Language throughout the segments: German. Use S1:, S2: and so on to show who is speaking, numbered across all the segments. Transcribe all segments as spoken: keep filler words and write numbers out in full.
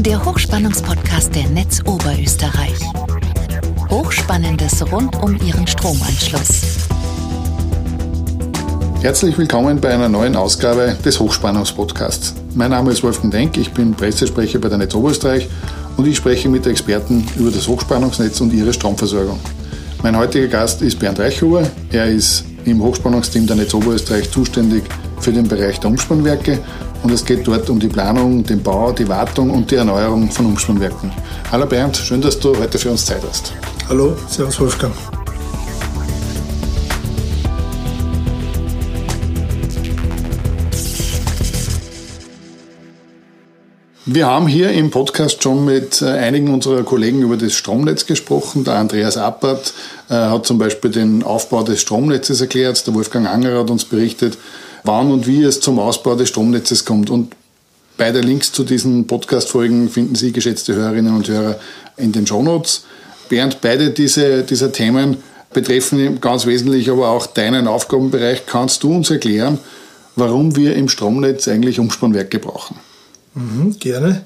S1: der Hochspannungspodcast der Netz Oberösterreich. Hochspannendes rund um Ihren Stromanschluss.
S2: Herzlich willkommen bei einer neuen Ausgabe des Hochspannungspodcasts. Mein Name ist Wolfgang Denk, ich bin Pressesprecher bei der Netz Oberösterreich und ich spreche mit Experten über das Hochspannungsnetz und ihre Stromversorgung. Mein heutiger Gast ist Bernd Reichhuber. Er ist im Hochspannungsteam der Netz Oberösterreich zuständig für den Bereich der Umspannwerke und es geht dort um die Planung, den Bau, die Wartung und die Erneuerung von Umspannwerken. Hallo Bernd, schön, dass du heute für uns Zeit hast.
S3: Hallo, servus Wolfgang.
S2: Wir haben hier im Podcast schon mit einigen unserer Kollegen über das Stromnetz gesprochen. Der Andreas Appert äh, hat zum Beispiel den Aufbau des Stromnetzes erklärt. Der Wolfgang Angerer hat uns berichtet, wann und wie es zum Ausbau des Stromnetzes kommt. Und beide Links zu diesen Podcast-Folgen finden Sie, geschätzte Hörerinnen und Hörer, in den Shownotes. Bernd, beide diese, dieser Themen betreffen ganz wesentlich aber auch deinen Aufgabenbereich. Kannst du uns erklären, warum wir im Stromnetz eigentlich Umspannwerke brauchen?
S3: Mhm, gerne.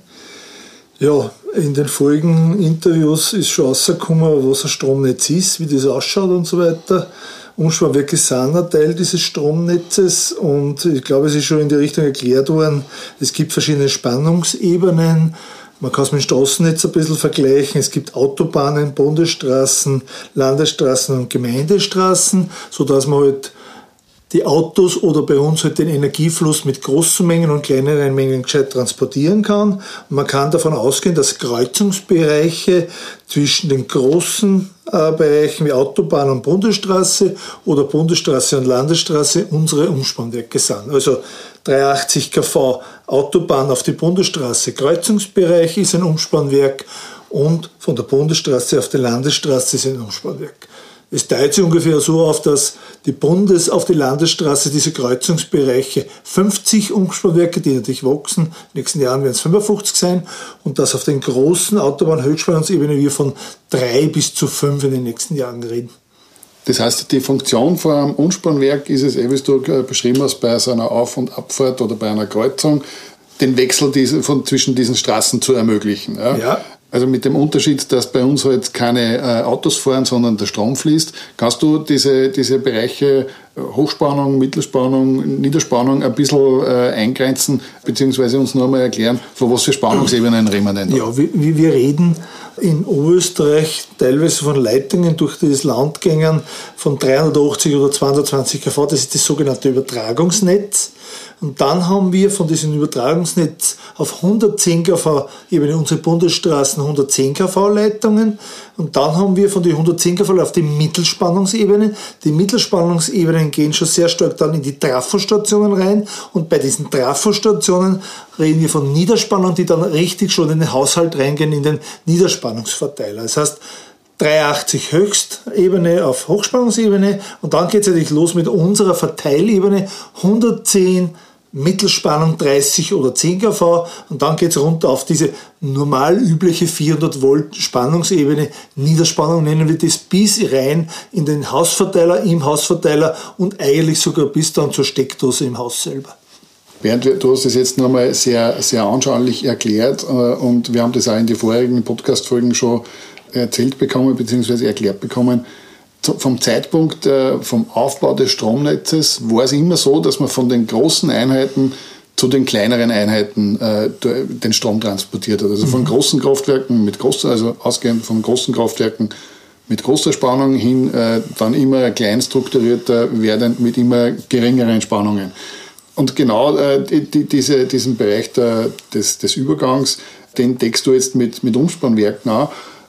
S3: Ja, in den vorigen Interviews ist schon rausgekommen, was ein Stromnetz ist, wie das ausschaut und so weiter. Umspannwerke sind ein Teil dieses Stromnetzes und ich glaube, es ist schon in die Richtung erklärt worden, es gibt verschiedene Spannungsebenen. Man kann es mit dem Straßennetz ein bisschen vergleichen. Es gibt Autobahnen, Bundesstraßen, Landesstraßen und Gemeindestraßen, sodass man halt die Autos oder bei uns halt den Energiefluss mit großen Mengen und kleineren Mengen gescheit transportieren kann. Und man kann davon ausgehen, dass Kreuzungsbereiche zwischen den großen äh, Bereichen wie Autobahn und Bundesstraße oder Bundesstraße und Landesstraße unsere Umspannwerke sind. Also dreihundertachtzig Kilovolt Autobahn auf die Bundesstraße Kreuzungsbereich ist ein Umspannwerk und von der Bundesstraße auf die Landesstraße ist ein Umspannwerk. Es teilt sich ungefähr so auf, dass die Bundes- auf die Landesstraße diese Kreuzungsbereiche fünfzig Umspannwerke, die natürlich wachsen, in den nächsten Jahren werden es fünfundfünfzig sein, und dass auf den großen Autobahn-Höchstspannungsebenen wir von drei bis zu fünf in den nächsten Jahren reden.
S2: Das heißt, die Funktion von einem Umspannwerk ist es, wie du beschrieben hast, bei so einer Auf- und Abfahrt oder bei einer Kreuzung, den Wechsel diese, von, zwischen diesen Straßen zu ermöglichen. Ja? Ja. Also mit dem Unterschied, dass bei uns halt keine äh, Autos fahren, sondern der Strom fließt. Kannst du diese, diese Bereiche Hochspannung, Mittelspannung, Niederspannung ein bisschen äh, eingrenzen, beziehungsweise uns nur einmal erklären, von was für Spannungsebenen reden wir denn da?
S3: Ja, wie wir reden in Oberösterreich teilweise von Leitungen durch das Land gängen von dreihundertachtzig oder zweihundertzwanzig Kilovolt, das ist das sogenannte Übertragungsnetz. Und dann haben wir von diesem Übertragungsnetz auf hundertzehn Kilovolt Ebene unsere Bundesstraßen hundertzehn Kilovolt Leitungen. Und dann haben wir von den hundertzehn Kilovolt auf die Mittelspannungsebene. Die Mittelspannungsebenen gehen schon sehr stark dann in die Trafostationen rein. Und bei diesen Trafostationen reden wir von Niederspannung, die dann richtig schon in den Haushalt reingehen, in den Niederspannungsverteiler. Das heißt, dreihundertachtzig Höchstebene auf Hochspannungsebene und dann geht es natürlich los mit unserer Verteilebene hundertzehn Mittelspannung dreißig oder zehn Kilovolt und dann geht es runter auf diese normal übliche vierhundert Volt Spannungsebene. Niederspannung nennen wir das, bis rein in den Hausverteiler, im Hausverteiler und eigentlich sogar bis dann zur Steckdose im Haus selber.
S2: Bernd, du hast es jetzt nochmal sehr, sehr anschaulich erklärt und wir haben das auch in den vorigen Podcast-Folgen schon erzählt bekommen bzw. erklärt bekommen. Vom Zeitpunkt äh, vom Aufbau des Stromnetzes war es immer so, dass man von den großen Einheiten zu den kleineren Einheiten äh, den Strom transportiert hat. Also von mhm. großen Kraftwerken mit großer, also ausgehend von großen Kraftwerken mit großer Spannung hin, äh, dann immer klein strukturierter werdend mit immer geringeren Spannungen. Und genau äh, die, diese, diesen Bereich der, des, des Übergangs, den deckst du jetzt mit, mit Umspannwerken an.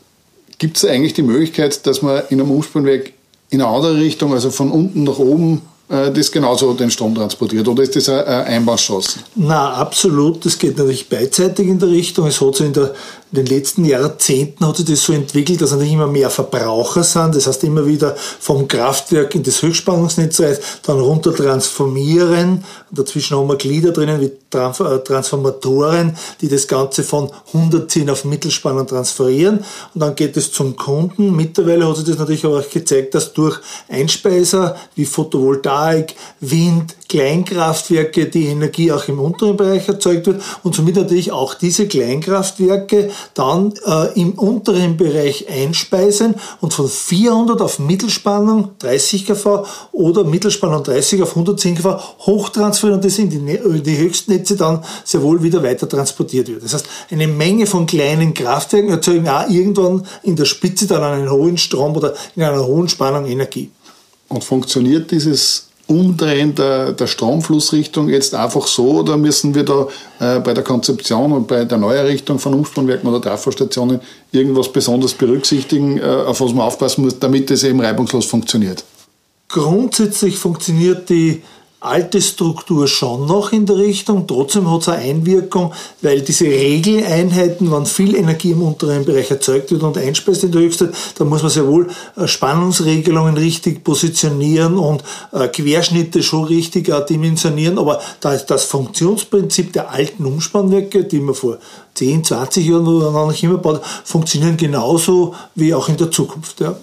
S2: Gibt es eigentlich die Möglichkeit, dass man in einem Umspannwerk in eine andere Richtung, also von unten nach oben, äh, das genauso den Strom transportiert? Oder ist das eine Einbahnstraße?
S3: Na, absolut. Das geht natürlich beidseitig in der Richtung. Es hat so in, der, in den letzten Jahrzehnten hat sich das so entwickelt, dass natürlich immer mehr Verbraucher sind. Das heißt, immer wieder vom Kraftwerk in das Höchstspannungsnetz rein, dann runter transformieren. Und dazwischen haben wir Glieder drinnen wie Transformatoren, die das Ganze von hundertzehn auf Mittelspannung transferieren. Und dann geht es zum Kunden. Mittlerweile hat sich das natürlich auch gezeigt, dass durch Einspeiser wie Photovoltaik Photovoltaik, Wind, Kleinkraftwerke, die Energie auch im unteren Bereich erzeugt wird und somit natürlich auch diese Kleinkraftwerke dann äh, im unteren Bereich einspeisen und von vierhundert auf Mittelspannung dreißig Kilovolt oder Mittelspannung dreißig auf hundertzehn Kilovolt hochtransferieren und das in die, die Höchstnetze dann sehr wohl wieder weiter transportiert wird. Das heißt, eine Menge von kleinen Kraftwerken erzeugen auch irgendwann in der Spitze dann einen hohen Strom oder in einer hohen Spannung Energie.
S2: Und funktioniert dieses Umdrehen der, der Stromflussrichtung jetzt einfach so oder müssen wir da äh, bei der Konzeption und bei der Neuerrichtung von Umspannwerken oder Trafostationen irgendwas besonders berücksichtigen, äh, auf was man aufpassen muss, damit es eben reibungslos funktioniert?
S3: Grundsätzlich funktioniert die alte Struktur schon noch in der Richtung, trotzdem hat es eine Einwirkung, weil diese Regeleinheiten, wenn viel Energie im unteren Bereich erzeugt wird und einspeist in der Höchste, dann muss man sehr wohl Spannungsregelungen richtig positionieren und Querschnitte schon richtig dimensionieren, aber das Funktionsprinzip der alten Umspannwerke, die man vor zehn, zwanzig Jahren noch nicht immer baut, funktionieren genauso wie auch in der Zukunft. Ja.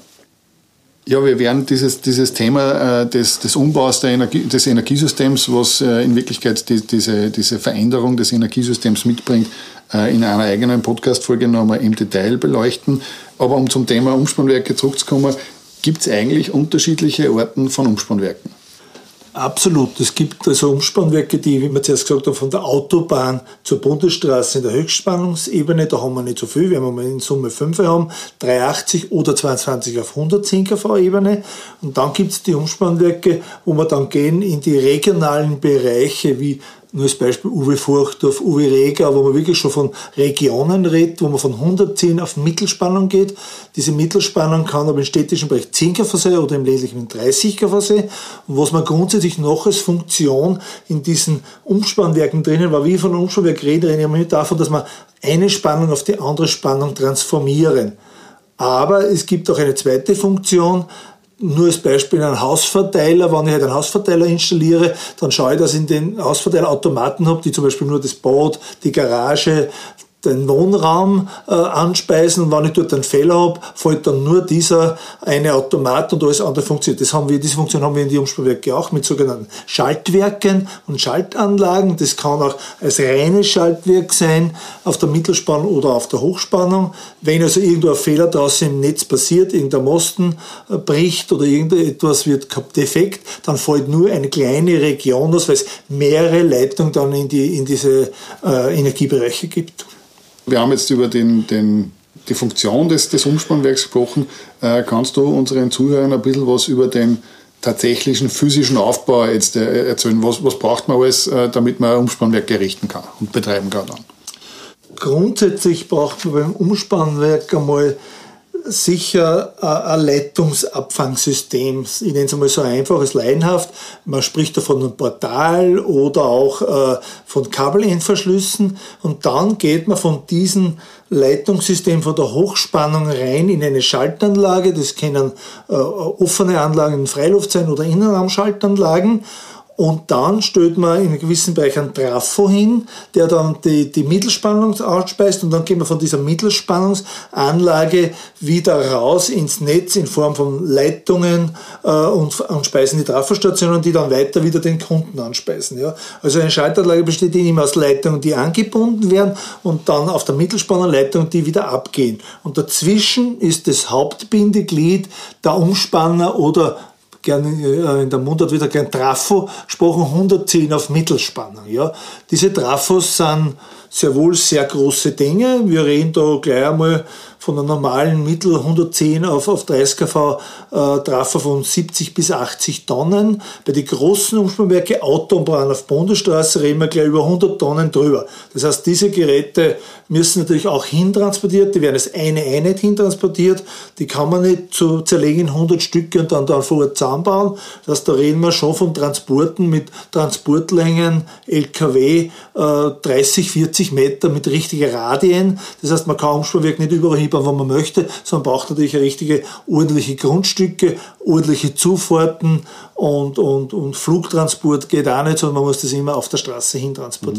S2: Ja, wir werden dieses, dieses Thema äh, des, des Umbaus der Energie, des Energiesystems, was äh, in Wirklichkeit die, diese, diese Veränderung des Energiesystems mitbringt, äh, in einer eigenen Podcast-Folge nochmal im Detail beleuchten. Aber um zum Thema Umspannwerke zurückzukommen, gibt es eigentlich unterschiedliche Arten von Umspannwerken?
S3: Absolut. Es gibt also Umspannwerke, die, wie wir zuerst gesagt haben, von der Autobahn zur Bundesstraße in der Höchstspannungsebene, da haben wir nicht so viel, wir haben in Summe fünf haben, dreihundertachtzig oder zweiundzwanzig auf hundertzehn Kilovolt Ebene. Und dann gibt es die Umspannwerke, wo wir dann gehen in die regionalen Bereiche, wie nur als Beispiel Uwe Furchdorf, Uwe Reger, wo man wirklich schon von Regionen redet, wo man von hundertzehn auf Mittelspannung geht. Diese Mittelspannung kann aber im städtischen Bereich zehn Kilovolt sein oder im ländlichen dreißig Kilovolt sein. Und was man grundsätzlich noch als Funktion in diesen Umspannwerken drinnen war, wie ich von einem Umspannwerk rede, rede ich nicht davon, dass man eine Spannung auf die andere Spannung transformieren. Aber es gibt auch eine zweite Funktion. Nur als Beispiel einen Hausverteiler, wenn ich halt einen Hausverteiler installiere, dann schaue ich, dass ich in den Hausverteiler Automaten habe, die zum Beispiel nur das Bad, die Garage, den Wohnraum äh, anspeisen und wenn ich dort einen Fehler habe, fällt dann nur dieser eine Automat und alles andere funktioniert. Das haben wir, diese Funktion haben wir in die Umspannwerke auch mit sogenannten Schaltwerken und Schaltanlagen. Das kann auch als reines Schaltwerk sein, auf der Mittelspannung oder auf der Hochspannung. Wenn also irgendwo ein Fehler draußen im Netz passiert, irgendein Mosten äh, bricht oder irgendetwas wird defekt, dann fällt nur eine kleine Region aus, weil es mehrere Leitungen dann in, die, in diese äh, Energiebereiche gibt.
S2: Wir haben jetzt über den, den, die Funktion des, des Umspannwerks gesprochen. Äh, kannst du unseren Zuhörern ein bisschen was über den tatsächlichen physischen Aufbau jetzt äh, erzählen? Was, was braucht man alles, äh, damit man ein Umspannwerk errichten kann und betreiben kann dann?
S3: Grundsätzlich braucht man beim Umspannwerk einmal sicher ein Leitungsabfangsystem. Ich nenne es einmal so einfach als laienhaft. Man spricht da von einem Portal oder auch äh, von Kabelendverschlüssen und dann geht man von diesem Leitungssystem von der Hochspannung rein in eine Schaltanlage. Das können äh, offene Anlagen in Freiluft sein oder Innenraumschaltanlagen. Und dann stellt man in einem gewissen Bereich einen Trafo hin, der dann die, die Mittelspannung ausspeist und dann gehen wir von dieser Mittelspannungsanlage wieder raus ins Netz in Form von Leitungen äh, und, und speisen die Trafostationen, die dann weiter wieder den Kunden anspeisen. Ja. Also eine Schaltanlage besteht immer aus Leitungen, die angebunden werden und dann auf der Mittelspannung Leitungen, die wieder abgehen. Und dazwischen ist das Hauptbindeglied der Umspanner oder gerne in der Mundart wieder gern Trafo gesprochen, hundertzehn auf Mittelspannung. Ja. Diese Trafos sind sehr wohl sehr große Dinge. Wir reden da gleich einmal von einer normalen Mittel hundertzehn auf, auf dreißig Kilovolt äh, Trafo von siebzig bis achtzig Tonnen. Bei den großen Umspannwerke Autobahn auf Bundesstraße reden wir gleich über hundert Tonnen drüber. Das heißt, diese Geräte müssen natürlich auch hintransportiert, die werden als eine Einheit hintransportiert, die kann man nicht zu zerlegen in hundert Stücke und dann, dann vor Ort zusammenbauen. Das heißt, da reden wir schon von Transporten mit Transportlängen, L K W, äh, dreißig, vierzig Meter mit richtigen Radien. Das heißt, man kann Umspannwerk nicht überall hinbauen, wo man möchte, sondern braucht natürlich richtige, ordentliche Grundstücke, ordentliche Zufahrten und, und, und Flugtransport geht auch nicht, sondern man muss das immer auf der Straße hin transportieren.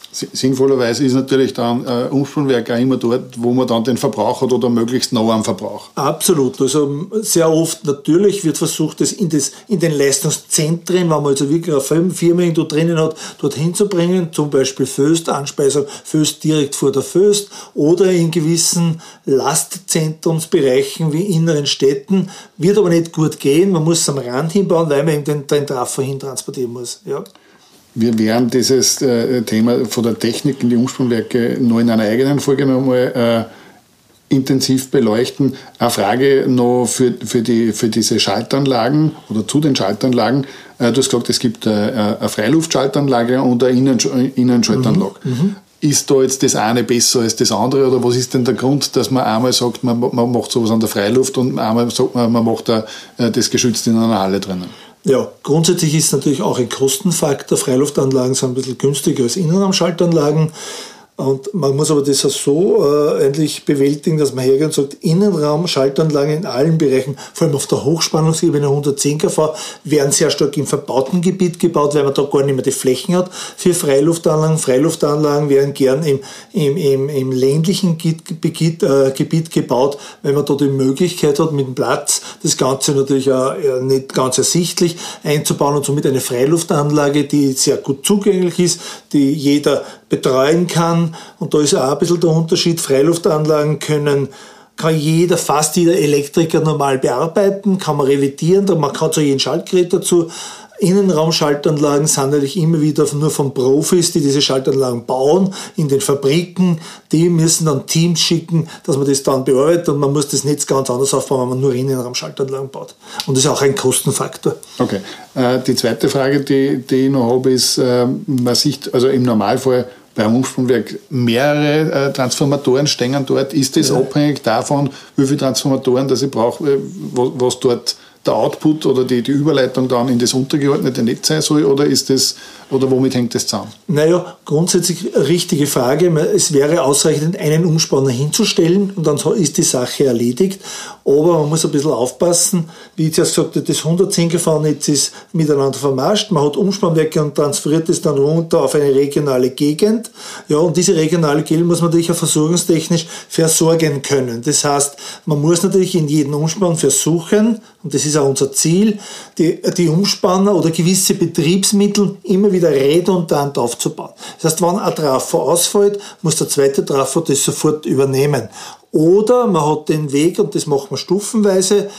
S2: Sinnvollerweise ist natürlich dann äh, Umspannwerk auch immer dort, wo man dann den Verbrauch hat oder möglichst nah am Verbrauch.
S3: Absolut. Also sehr oft natürlich wird versucht, das in, das in den Leistungszentren, wenn man also wirklich eine Firma irgendwo drinnen hat, dorthin zu bringen, zum Beispiel Föst, Anspeisung, Föst direkt vor der Föst oder in gewissen Lastzentrumsbereichen wie inneren Städten, wird aber nicht gut gehen. Man muss es am Rand hinbauen, weil man eben den, den Trafo hin transportieren muss. Ja.
S2: Wir werden dieses äh, Thema von der Technik in die Umspannwerke noch in einer eigenen Folge noch mal äh, intensiv beleuchten. Eine Frage noch für, für, die, für diese Schaltanlagen oder zu den Schaltanlagen. Äh, du hast gesagt, es gibt äh, eine Freiluftschaltanlage und eine Innensch- Innenschaltanlage. Mhm. Ist da jetzt das eine besser als das andere oder was ist denn der Grund, dass man einmal sagt, man, man macht sowas an der Freiluft und einmal sagt man, man macht da, äh, das geschützt in einer Halle drinnen?
S3: Ja, grundsätzlich ist es natürlich auch ein Kostenfaktor. Freiluftanlagen sind ein bisschen günstiger als Innenraumschaltanlagen. Und man muss aber das auch so äh, eigentlich bewältigen, dass man hergeht und sagt, Innenraum-Schaltanlagen in allen Bereichen, vor allem auf der Hochspannungsebene hundertzehn Kilovolt, werden sehr stark im verbauten Gebiet gebaut, weil man da gar nicht mehr die Flächen hat für Freiluftanlagen. Freiluftanlagen werden gern im, im, im, im ländlichen Gebiet, äh, Gebiet gebaut, weil man da die Möglichkeit hat, mit dem Platz das Ganze natürlich auch äh, nicht ganz ersichtlich einzubauen und somit eine Freiluftanlage, die sehr gut zugänglich ist, die jeder betreuen kann. Und da ist auch ein bisschen der Unterschied. Freiluftanlagen können, kann jeder, fast jeder Elektriker normal bearbeiten, kann man revidieren, man kann zu jedem Schaltgerät dazu. Innenraumschaltanlagen sind natürlich immer wieder nur von Profis, die diese Schaltanlagen bauen, in den Fabriken. Die müssen dann Teams schicken, dass man das dann bearbeitet und man muss das Netz ganz anders aufbauen, wenn man nur Innenraumschaltanlagen baut. Und das ist auch ein Kostenfaktor.
S2: Okay. Äh, die zweite Frage, die, die ich noch habe, ist, äh, man sieht, also im Normalfall beim Umspannwerk mehrere äh, Transformatoren stehen dort. Ist das ja abhängig davon, wie viele Transformatoren das ich brauche, äh, was, was dort der Output oder die, die Überleitung dann in das untergeordnete Netz sein soll, oder ist das, oder womit hängt das zusammen?
S3: Naja, grundsätzlich eine richtige Frage. Es wäre ausreichend, einen Umspanner hinzustellen und dann ist die Sache erledigt. Aber man muss ein bisschen aufpassen. Wie ich zuerst gesagt habe, das hundertzehn Kilovolt-Netz ist miteinander vermascht. Man hat Umspannwerke und transferiert es dann runter auf eine regionale Gegend. Ja, und diese regionale Gegend muss man natürlich auch versorgungstechnisch versorgen können. Das heißt, man muss natürlich in jedem Umspann versuchen, und das ist auch unser Ziel, die, die Umspanner oder gewisse Betriebsmittel immer wieder redundant aufzubauen. Das heißt, wenn ein Trafo ausfällt, muss der zweite Trafo das sofort übernehmen. Oder man hat den Weg, und das macht man stufenweise,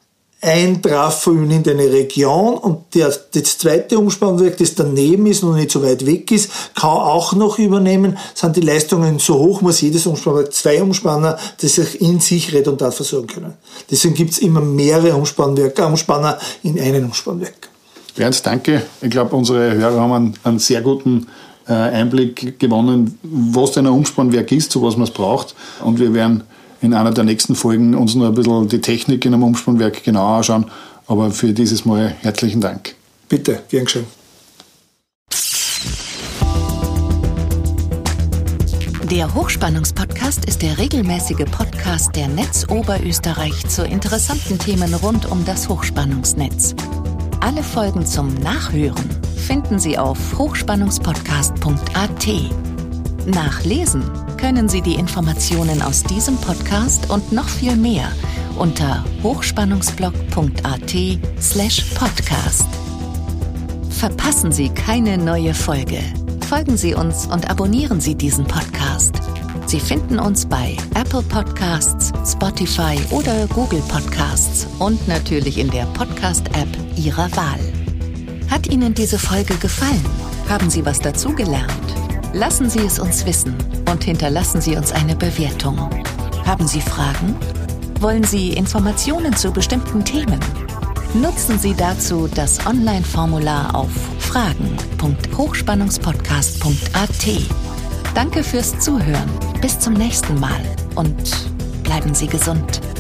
S3: ein Trafo in eine Region und der, das zweite Umspannwerk, das daneben ist und nicht so weit weg ist, kann auch noch übernehmen. Sind die Leistungen so hoch, muss jedes Umspannwerk zwei Umspanner, die sich in sich redundant versorgen können. Deswegen gibt es immer mehrere Umspannwerke, Umspanner in einem Umspannwerk.
S2: Bernd, danke. Ich glaube, unsere Hörer haben einen, einen sehr guten äh, Einblick gewonnen, was denn ein Umspannwerk ist, zu was man es braucht. Und wir werden in einer der nächsten Folgen uns noch ein bisschen die Technik in einem Umspannwerk genauer anschauen. Aber für dieses Mal herzlichen Dank.
S3: Bitte, gern geschehen.
S1: Der Hochspannungspodcast ist der regelmäßige Podcast der Netz Oberösterreich zu interessanten Themen rund um das Hochspannungsnetz. Alle Folgen zum Nachhören finden Sie auf hochspannungspodcast punkt a t. Nachlesen können Sie die Informationen aus diesem Podcast und noch viel mehr unter hochspannungsblog punkt a t slash podcast. Verpassen Sie keine neue Folge. Folgen Sie uns und abonnieren Sie diesen Podcast. Sie finden uns bei Apple Podcasts, Spotify oder Google Podcasts und natürlich in der Podcast-App Ihrer Wahl. Hat Ihnen diese Folge gefallen? Haben Sie was dazugelernt? Lassen Sie es uns wissen und hinterlassen Sie uns eine Bewertung. Haben Sie Fragen? Wollen Sie Informationen zu bestimmten Themen? Nutzen Sie dazu das Online-Formular auf fragen punkt hochspannungspodcast punkt a t. Danke fürs Zuhören. Bis zum nächsten Mal und bleiben Sie gesund.